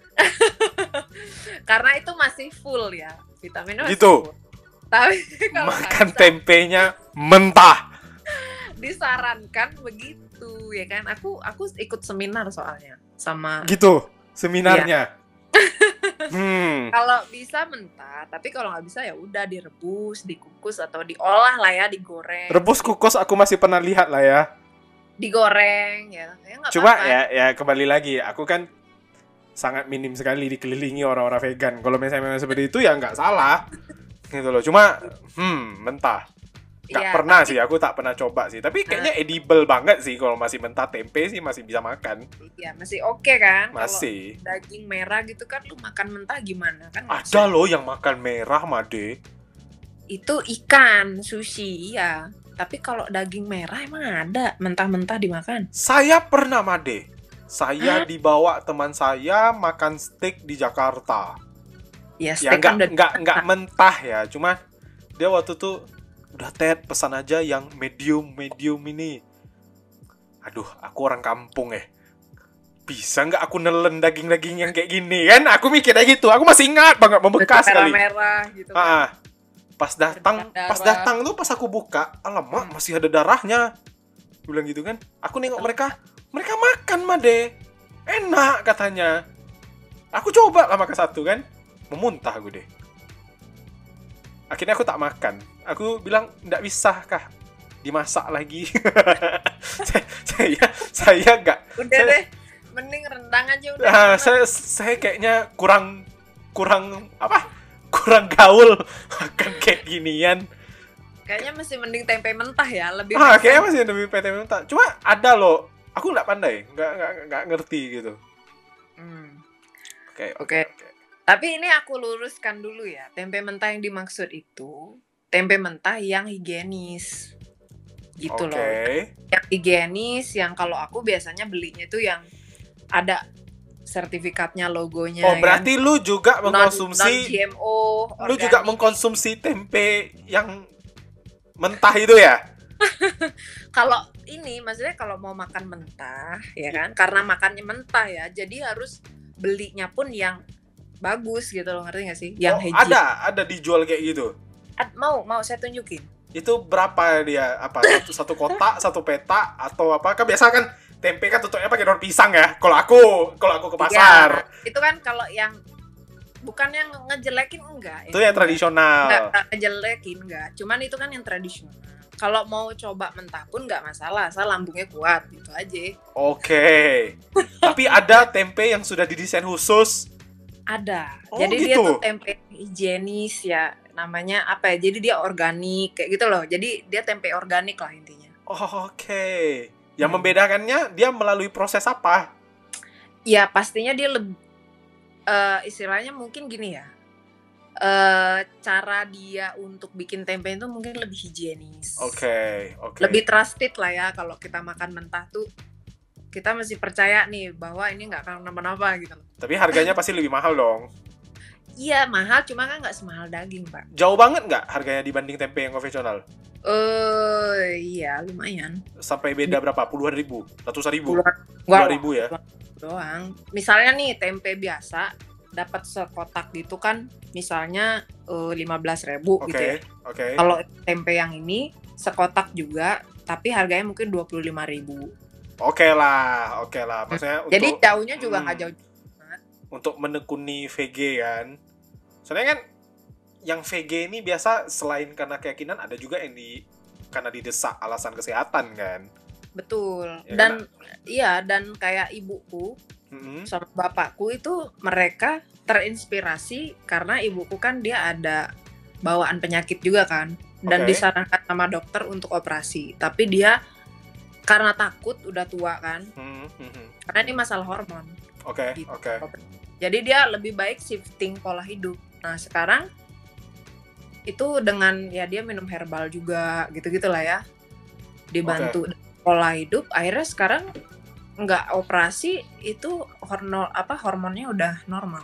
A: Karena itu masih full ya, vitaminnya masih
B: gitu.
A: Full. Tapi kalau
B: makan tempenya mentah.
A: Disarankan begitu ya kan. Aku ikut seminar soalnya sama
B: gitu seminarnya.
A: Kalau bisa mentah, tapi kalau nggak bisa ya udah direbus, dikukus atau diolah lah ya, digoreng.
B: Rebus kukus aku masih pernah lihat lah ya.
A: Digoreng ya.
B: Cuma ya kembali lagi, aku kan sangat minim sekali dikelilingi orang-orang vegan. Kalau misalnya memang seperti itu ya nggak salah gitu loh. Cuma mentah. Aku tak pernah coba sih. Tapi kayaknya edible banget sih kalau masih mentah tempe sih masih bisa makan.
A: Iya, masih oke kan?
B: Masih.
A: Kalau daging merah gitu kan lu makan mentah gimana kan?
B: Ada loh yang makan merah, Made.
A: Itu ikan, sushi, ya. Tapi kalau daging merah emang ada mentah-mentah dimakan?
B: Saya pernah, Made. Saya dibawa teman saya makan steak di Jakarta.
A: Ya, steak kan
B: nggak mentah ya. Cuma dia waktu tuh udah Ted pesan aja yang medium ini. Aduh, aku orang kampung ya. Bisa nggak aku nelen daging-daging yang kayak gini kan? Aku mikirnya gitu. Aku masih ingat banget membekas kali.
A: Merah gitu kan.
B: Pas datang tuh pas aku buka, alamak masih ada darahnya. Gue bilang gitu kan. Aku nengok mereka makan Made. Enak katanya. Aku coba lah makan satu kan. Memuntah gue deh. Akhirnya aku tak makan. Aku bilang, nggak bisa kah dimasak lagi? saya nggak.
A: Udah deh, mending rendang aja udah.
B: Saya kayaknya kurang gaul makan kayak ginian.
A: Kayaknya masih mending tempe mentah ya, lebih.
B: Kayaknya masih lebih tempe mentah. Cuma ada loh, aku nggak pandai, nggak ngerti gitu. Oke.
A: Tapi ini aku luruskan dulu ya, tempe mentah yang dimaksud itu tempe mentah yang higienis gitu loh. Yang higienis, yang kalau aku biasanya belinya itu yang ada sertifikatnya, logonya.
B: Berarti kan? Lu juga mengkonsumsi
A: non-GMO,
B: lu juga mengkonsumsi tempe yang mentah itu ya?
A: Kalau ini maksudnya kalau mau makan mentah ya kan, karena makannya mentah ya, jadi harus belinya pun yang bagus gitu loh, ngerti gak sih? Yang
B: ada dijual kayak gitu.
A: Mau saya tunjukin.
B: Itu berapa dia? Apa satu kotak, satu peta atau apa? Kan biasa kan tempe kan tutupnya pakai daun pisang ya. Kalau aku ke pasar.
A: Ya, itu kan kalau yang bukan yang ngejelekin enggak.
B: Itu yang tradisional.
A: Enggak ngejelekin enggak. Cuman itu kan yang tradisional. Kalau mau coba mentah pun nggak masalah, asal lambungnya kuat gitu aja. Oke.
B: Tapi ada tempe yang sudah didesain khusus.
A: Ada. Jadi gitu? Dia tuh tempe higienis ya. namanya apa ya? Jadi dia organik kayak gitu loh. Jadi dia tempe organik lah intinya.
B: Oh, oke. Yang membedakannya dia melalui proses apa?
A: Ya pastinya dia istilahnya mungkin gini ya. Cara dia untuk bikin tempe itu mungkin lebih higienis.
B: Oke.
A: Lebih trusted lah ya, kalau kita makan mentah tuh kita mesti percaya nih bahwa ini nggak akan kenapa-napa gitu.
B: Tapi harganya pasti lebih mahal dong.
A: Iya mahal, cuma kan nggak semahal daging Pak.
B: Jauh banget nggak harganya dibanding tempe yang konvensional?
A: Iya lumayan.
B: Sampai beda berapa? Puluhan ribu? Ratusan ribu?
A: Puluhan
B: ribu ya?
A: Doang. Misalnya nih tempe biasa dapat sekotak gitu kan, misalnya 15.000 gitu ya.
B: Oke.
A: Kalau tempe yang ini sekotak juga, tapi harganya mungkin 25.000.
B: Oke lah. Maksudnya
A: jadi jauhnya juga nggak jauh banget.
B: Untuk menekuni VG kan. Soalnya kan yang VG ini biasa selain karena keyakinan ada juga yang karena didesak alasan kesehatan kan.
A: Betul.
B: Ya,
A: dan dan kayak ibuku sama bapakku itu mereka terinspirasi karena ibuku kan dia ada bawaan penyakit juga kan, dan disarankan sama dokter untuk operasi, tapi dia karena takut udah tua kan, karena ini masalah hormon. Gitu. Jadi dia lebih baik shifting pola hidup. Nah sekarang itu dengan ya dia minum herbal juga gitu-gitulah ya, dibantu pola hidup, akhirnya sekarang nggak operasi itu hormonnya udah normal.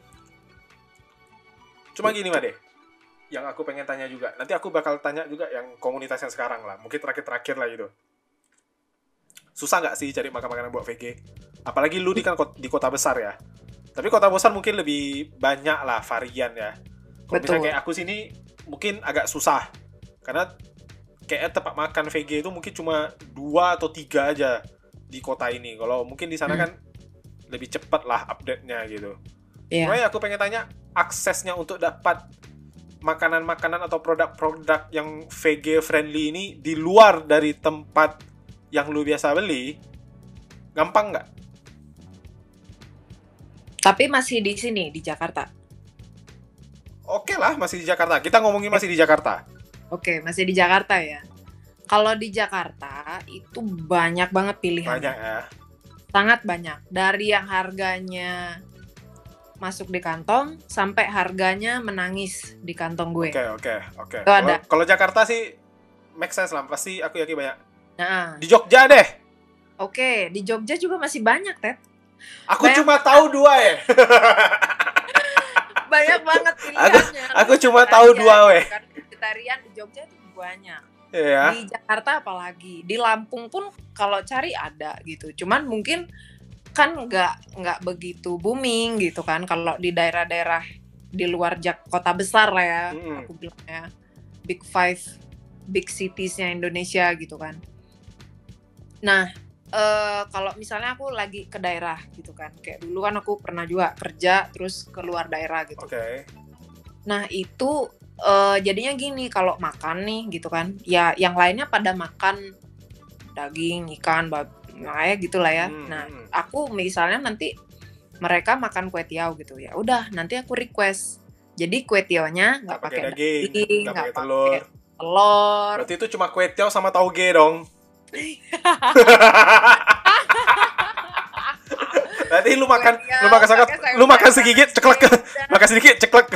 B: Cuma gini Made, yang aku pengen tanya juga, nanti aku bakal tanya juga yang komunitas yang sekarang lah, mungkin terakhir lah gitu. Susah nggak sih cari makan-makanan buat VG? Apalagi lu kan di kota besar ya. Tapi kota besar mungkin lebih banyak lah varian ya. Kalau misalnya kayak aku sini mungkin agak susah. Karena kayaknya tempat makan VG itu mungkin cuma 2 atau 3 aja di kota ini. Kalau mungkin di sana kan lebih cepat lah update-nya gitu. Makanya aku pengen tanya, aksesnya untuk dapat makanan-makanan atau produk-produk yang VG friendly ini di luar dari tempat yang lu biasa beli, gampang nggak?
A: Tapi masih di sini, di Jakarta.
B: Oke lah, masih di Jakarta. Kita ngomongin masih di Jakarta.
A: Oke, masih di Jakarta ya. Kalau di Jakarta itu banyak banget pilihan.
B: Banyak ya.
A: Sangat banyak. Dari yang harganya masuk di kantong sampai harganya menangis di kantong gue.
B: Oke. Kalau Jakarta sih make sense lah, pasti aku yakin banyak.
A: Nah,
B: di Jogja deh.
A: Oke, di Jogja juga masih banyak, Ted.
B: Aku cuma tahu 2 ya.
A: Banyak banget pilihannya.
B: Aku cuma tahu 2 weh.
A: Vegetarian di Jogja itu banyak.
B: Iya.
A: Di Jakarta apalagi, di Lampung pun kalau cari ada gitu. Cuman mungkin kan nggak begitu booming gitu kan, kalau di daerah-daerah di luar kota besar lah ya, aku bilangnya Big 5, big cities-nya Indonesia gitu kan. Nah, kalau misalnya aku lagi ke daerah gitu kan, kayak dulu kan aku pernah juga kerja terus keluar daerah gitu. Nah itu jadinya gini, kalau makan nih gitu kan, ya yang lainnya pada makan daging, ikan, kayak gitulah ya. Nah aku misalnya nanti mereka makan kue tiaw gitu, ya udah nanti aku request. Jadi kue tiawnya nggak pakai daging, nggak pakai telur.
B: Berarti itu cuma kue tiaw sama tauge dong. Berarti lu makan segigit ceklek, makan sedikit ceklek.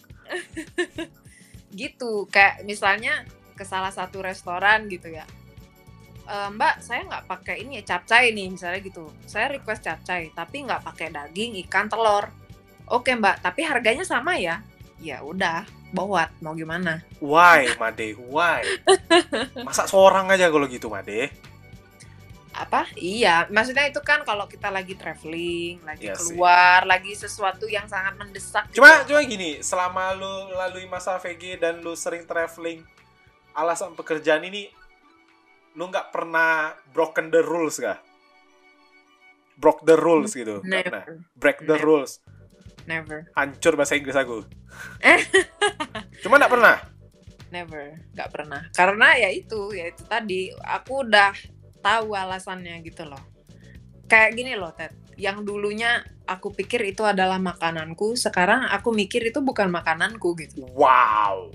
A: Gitu, kayak misalnya ke salah satu restoran gitu ya, Mbak saya nggak pakai ini ya, capcay nih misalnya gitu, saya request capcay tapi nggak pakai daging, ikan, telur. Oke Mbak, tapi harganya sama ya? Ya udah, bawat, mau gimana?
B: Why, Made? Why? Masa seorang aja kalau gitu, Made?
A: Apa? Iya, maksudnya itu kan kalau kita lagi traveling, lagi keluar, lagi sesuatu yang sangat mendesak.
B: Cuma gini, selama lu lalui masa VG dan lu sering traveling, alasan pekerjaan ini, lu nggak pernah broken the rules gak? Broke the rules gitu?
A: Never.
B: Break the rules?
A: Never.
B: Hancur bahasa Inggris aku. Cuma nggak pernah?
A: Never, nggak pernah. Karena ya itu tadi, aku udah tahu alasannya gitu loh. Kayak gini loh Ted, yang dulunya aku pikir itu adalah makananku, sekarang aku mikir itu bukan makananku gitu.
B: Wow.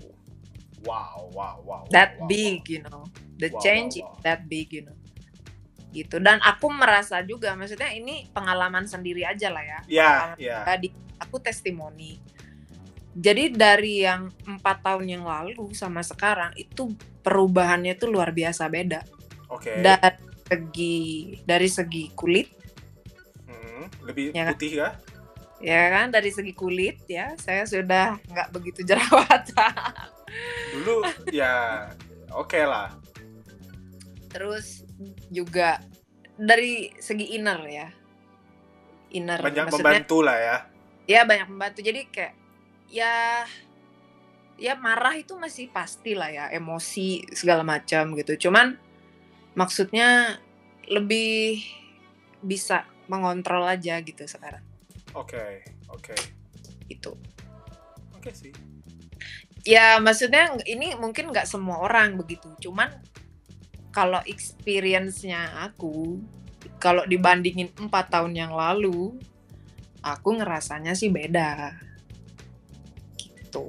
A: That big, you know. The change is that big, you know. Gitu. Dan aku merasa juga, maksudnya ini pengalaman sendiri aja lah ya.
B: Iya.
A: Aku testimoni. Jadi dari yang 4 tahun yang lalu sama sekarang itu perubahannya tuh luar biasa beda.
B: Oke.
A: Dari segi kulit,
B: lebih
A: ya
B: putih kah?
A: Ya kan, dari segi kulit ya, saya sudah nggak begitu jerawatan.
B: Dulu ya oke lah.
A: Terus juga dari segi inner ya.
B: Banyak membantu lah ya.
A: Ya banyak membantu. Jadi kayak ya marah itu masih pasti lah ya, emosi segala macam gitu. Cuman maksudnya lebih bisa mengontrol aja gitu sekarang.
B: Oke.
A: Itu.
B: Oke sih.
A: Ya maksudnya ini mungkin nggak semua orang begitu. Cuman kalau experience-nya aku, kalau dibandingin 4 tahun yang lalu, aku ngerasanya sih beda. Gitu.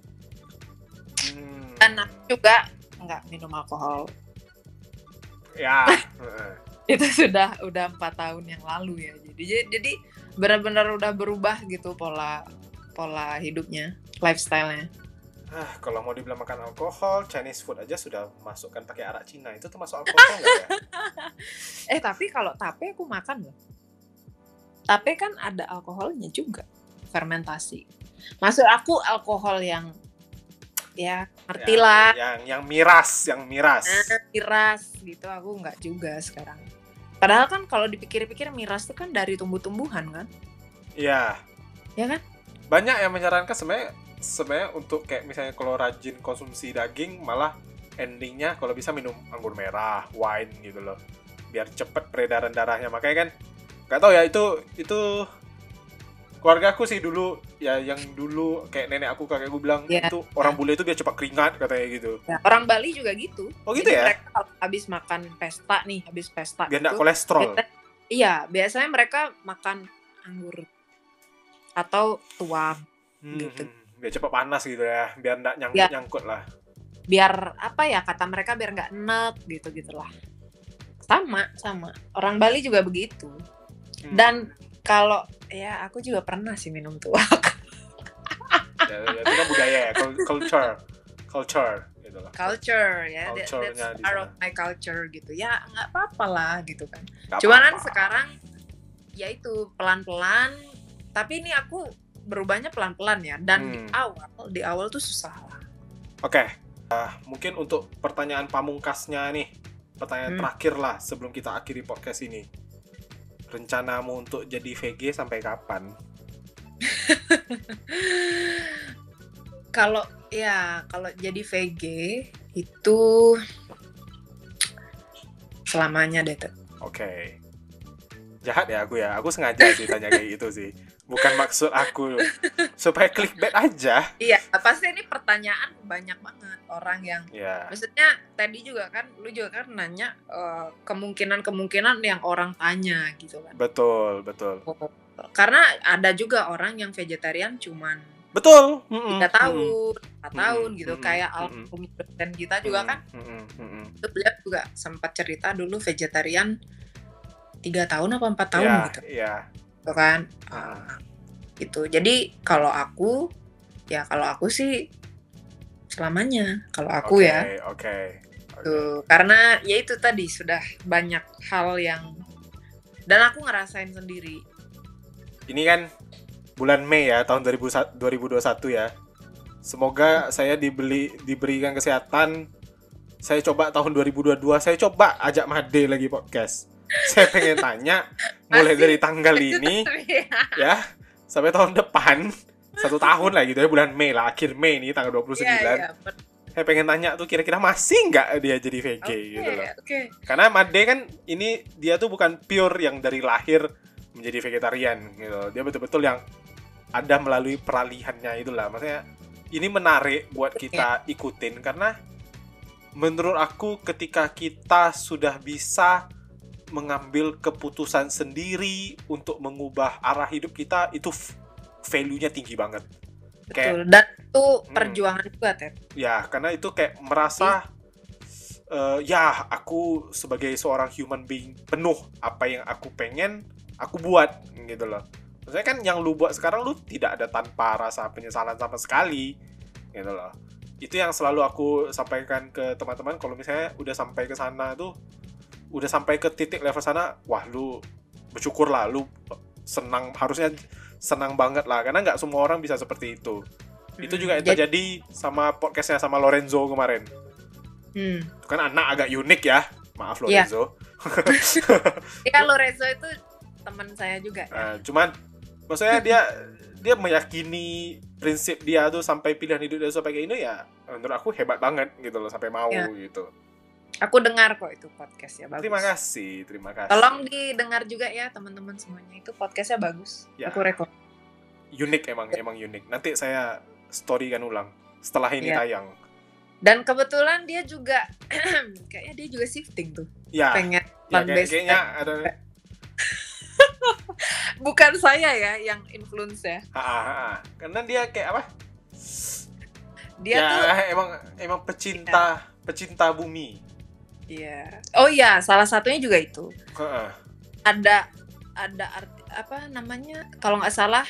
A: Dan aku juga nggak minum alkohol.
B: Ya.
A: Itu udah 4 tahun yang lalu ya. Jadi benar-benar udah berubah gitu pola hidupnya, lifestyle-nya.
B: Kalau mau dibilang makan alkohol, Chinese food aja sudah masukkan pakai arak Cina. Itu termasuk alkohol nggak ya?
A: Tapi kalau tape aku makan loh. Tape kan ada alkoholnya juga, fermentasi. Maksud aku alkohol yang ya ngerti lah.
B: Yang miras.
A: Miras gitu aku nggak juga sekarang. Padahal kan kalau dipikir-pikir miras itu kan dari tumbuh-tumbuhan kan?
B: Iya.
A: Ya kan?
B: Banyak yang menyarankan sebenarnya untuk kayak misalnya kalau rajin konsumsi daging, malah endingnya kalau bisa minum anggur merah, wine gitu loh, biar cepet peredaran darahnya. Makanya kan nggak tahu ya, itu keluarga aku sih dulu ya, yang dulu kayak nenek aku, kakekku bilang itu orang bule itu biar cepat keringat katanya gitu.
A: Ya, orang Bali juga gitu.
B: Oh gitu. Jadi ya?
A: Mereka kalau habis pesta
B: biar nggak kolesterol.
A: Iya, biasanya mereka makan anggur atau tuang gitu.
B: Biar cepat panas gitu ya, biar nggak nyangkut lah.
A: Biar apa ya, kata mereka biar nggak enek gitu-gitulah. Sama orang Bali juga begitu. Dan kalau ya aku juga pernah sih minum tuak.
B: ya itu kan budaya ya, culture gitu lah.
A: Culture ya, that's part of my culture gitu. Ya nggak apa-apa lah gitu kan. Cuman kan sekarang ya itu pelan-pelan, tapi ini aku berubahnya pelan-pelan ya, dan di awal tuh susah lah.
B: Oke. Mungkin untuk pertanyaan pamungkasnya nih, pertanyaan terakhir lah sebelum kita akhiri podcast ini. Rencanamu untuk jadi VG sampai kapan?
A: Kalau jadi VG itu selamanya deh.
B: Oke. Jahat ya aku sengaja sih tanya kayak gitu sih. Bukan maksud aku supaya clickbait aja.
A: Iya, pasti ini pertanyaan banyak banget orang yang maksudnya tadi juga kan, lu juga kan nanya kemungkinan yang orang tanya gitu kan.
B: Betul.
A: Karena ada juga orang yang vegetarian cuman
B: 3
A: tahun, 4 tahun gitu, kayak almarhum dosen kita juga kan. Itu beliau juga sempat cerita dulu vegetarian 3 tahun apa 4 tahun gitu.
B: Iya.
A: Gitu kan. Gitu. Jadi kalau aku sih selamanya. Kalau aku
B: Oke.
A: Tuh, karena ya itu tadi sudah banyak hal yang dan aku ngerasain sendiri.
B: Ini kan bulan Mei ya, tahun 2021 ya. Semoga saya diberikan kesehatan. Saya coba tahun 2022, saya coba ajak Made lagi podcast. Saya pengen tanya, mulai dari tanggal ini ya sampai tahun depan, 1 tahun lah gitu ya, bulan Mei lah, akhir Mei nih tanggal 29. Saya pengen tanya tuh kira-kira masih nggak dia jadi VG gitu loh. Karena Made kan ini dia tuh bukan pure yang dari lahir menjadi vegetarian gitu. Dia betul-betul yang ada melalui peralihannya itulah. Maksudnya ini menarik buat kita ikutin karena menurut aku ketika kita sudah bisa mengambil keputusan sendiri untuk mengubah arah hidup kita, itu value-nya tinggi banget.
A: Betul. Dan itu perjuangan juga, Ted.
B: Ya, karena itu kayak merasa ya aku sebagai seorang human being penuh, apa yang aku pengen aku buat gitu loh. Maksudnya kan yang lu buat sekarang lu tidak ada tanpa rasa penyesalan sama sekali gitu loh. Itu yang selalu aku sampaikan ke teman-teman, kalau misalnya udah sampai ke sana tuh, udah sampai ke titik level sana, wah lu bersyukur lah, lu senang, harusnya senang banget lah, karena nggak semua orang bisa seperti itu. Itu juga yang terjadi sama podcastnya sama Lorenzo kemarin. Itu kan anak agak unik ya, maaf Lorenzo.
A: Iya, Lorenzo itu teman saya juga.
B: Cuman maksudnya dia meyakini prinsip dia tuh sampai pilihan hidup dia sampai kayak ini, ya menurut aku hebat banget gitu loh, sampai mau gitu. Aku
A: dengar kok itu podcast ya, bagus.
B: Terima kasih.
A: Tolong didengar juga ya teman-teman semuanya, itu podcastnya bagus. Ya. Aku rekom.
B: Unik emang unik. Nanti saya story kan ulang setelah ini tayang.
A: Dan kebetulan dia juga kayaknya dia juga shifting tuh.
B: Ya.
A: Pengen
B: kayaknya ada.
A: Bukan saya ya yang influence ya.
B: Karena dia kayak apa?
A: Dia tuh
B: emang pecinta bumi.
A: Iya. Oh iya, salah satunya juga itu. Ada arti apa namanya? Kalau nggak salah,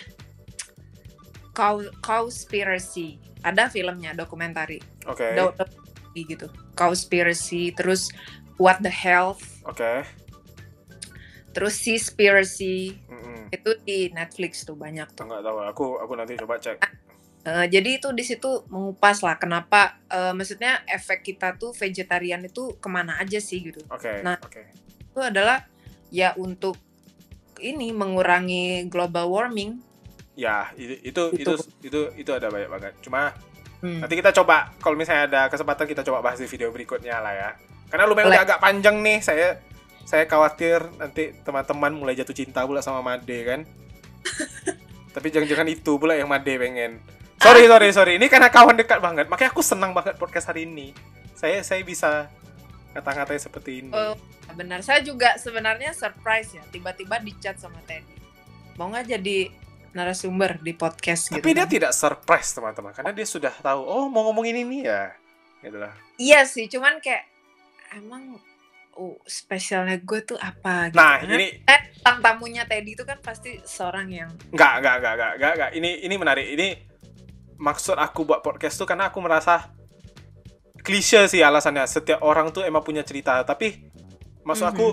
A: Cowspiracy. Ada filmnya, dokumentari.
B: Oke.
A: Gitu. Cowspiracy, terus What the Health.
B: Oke.
A: Terus Seaspiracy. Itu di Netflix tuh, banyak tuh.
B: Nggak tahu, aku nanti coba cek.
A: Jadi itu di situ mengupas lah kenapa maksudnya efek kita tuh vegetarian itu kemana aja sih gitu. Itu adalah ya untuk ini mengurangi global warming.
B: Ya, itu ada banyak banget. Cuma nanti kita coba, kalau misalnya ada kesempatan kita coba bahas di video berikutnya lah ya. Karena lumayan udah agak panjang nih, saya khawatir nanti teman-teman mulai jatuh cinta pula sama Made kan. Tapi jangan-jangan itu pula yang Made pengen. Sorry. Ini karena kawan dekat banget. Makanya aku senang banget podcast hari ini. Saya bisa ngata-ngatain seperti ini.
A: Oh, benar. Saya juga sebenarnya surprise ya. Tiba-tiba di-chat sama Teddy. Mau nggak jadi narasumber di podcast gitu.
B: Tapi dia tidak surprise, teman-teman. Karena dia sudah tahu, oh mau ngomongin ini ya. Gitu lah.
A: Iya sih, cuman kayak emang spesialnya gue tuh apa gitu.
B: Nah, ini
A: tamunya Teddy itu kan pasti seorang yang
B: Enggak. Ini menarik. Ini maksud aku buat podcast tuh karena aku merasa klise sih alasannya. Setiap orang tuh emang punya cerita, tapi maksud aku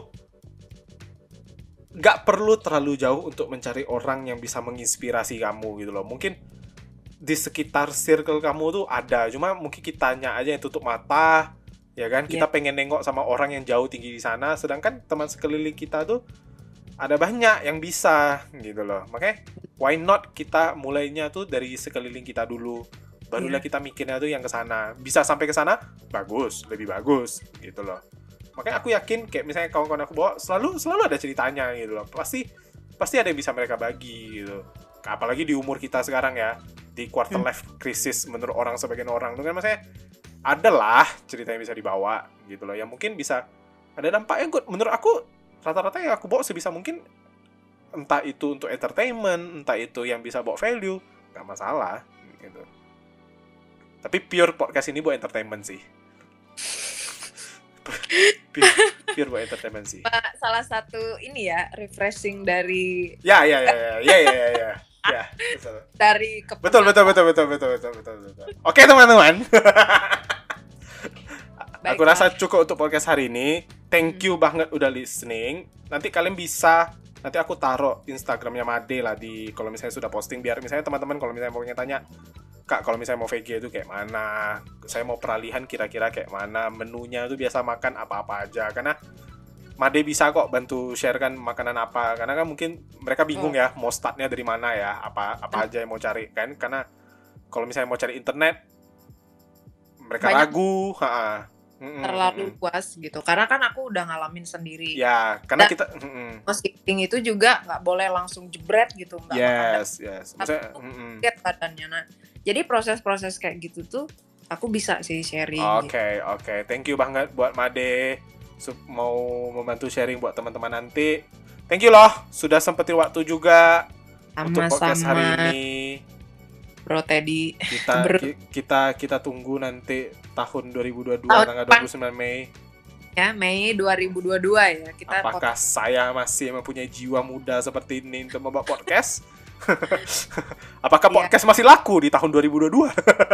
B: nggak perlu terlalu jauh untuk mencari orang yang bisa menginspirasi kamu gitu loh. Mungkin di sekitar circle kamu tuh ada, cuma mungkin kitanya aja yang tutup mata, ya kan? Kita pengen nengok sama orang yang jauh tinggi di sana, sedangkan teman sekeliling kita tuh ada banyak yang bisa gitu loh. Makanya why not kita mulainya tuh dari sekeliling kita dulu, barulah kita mikirnya tuh yang kesana. Bisa sampai ke sana bagus, lebih bagus gitu loh. Makanya aku yakin kayak misalnya kawan-kawan aku bawa selalu ada ceritanya gitu loh. Pasti ada yang bisa mereka bagi gitu. Apalagi di umur kita sekarang ya, di quarter life crisis menurut sebagian orang tuh kan, maksudnya adalah cerita yang bisa dibawa gitu loh, yang mungkin bisa ada dampak yang good. Menurut aku rata-rata yang aku bawa sebisa mungkin, entah itu untuk entertainment, entah itu yang bisa bawa value, nggak masalah gitu. Tapi pure podcast ini buat entertainment sih. pure buat entertainment sih.
A: Salah satu ini ya, refreshing dari
B: ya betul.
A: Dari
B: betul. Oke teman-teman. Aku rasa cukup untuk podcast hari ini. Thank you banget udah listening. Nanti kalian bisa, nanti aku taruh Instagramnya Made lah di, kalau misalnya sudah posting, biar misalnya teman-teman kalau misalnya mau tanya, Kak kalau misalnya mau VG itu kayak mana, saya mau peralihan kira-kira kayak mana, menunya itu biasa makan apa-apa aja, karena Made bisa kok bantu sharekan makanan apa, karena kan mungkin mereka bingung ya mau startnya dari mana ya, apa aja yang mau cari kan, karena kalau misalnya mau cari internet mereka banyak ragu,
A: terlalu luas gitu, karena kan aku udah ngalamin sendiri
B: ya, karena kita
A: marketing itu juga nggak boleh langsung jebret gitu, nggak
B: yes maksudnya
A: lihat badannya. Nah, jadi proses-proses kayak gitu tuh aku bisa sih sharing.
B: Oke. Thank you banget buat Made mau membantu sharing buat teman-teman nanti. Thank you loh sudah sempetin waktu juga untuk podcast hari ini.
A: Bro Teddy.
B: Kita tunggu nanti tahun 2022 tanggal 29 Mei.
A: Ya, Mei 2022 ya.
B: Apakah saya masih mempunyai jiwa muda seperti ini untuk membuat podcast? Apakah podcast masih laku di tahun 2022?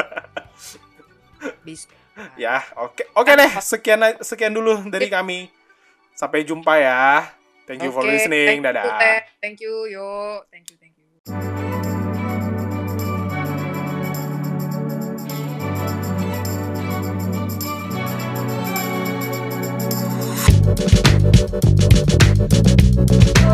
A: Bisa.
B: Ya, oke deh. Sekian dulu dari kami. Sampai jumpa ya. Thank you for listening. Dadah.
A: Thank you, yo. Thank you.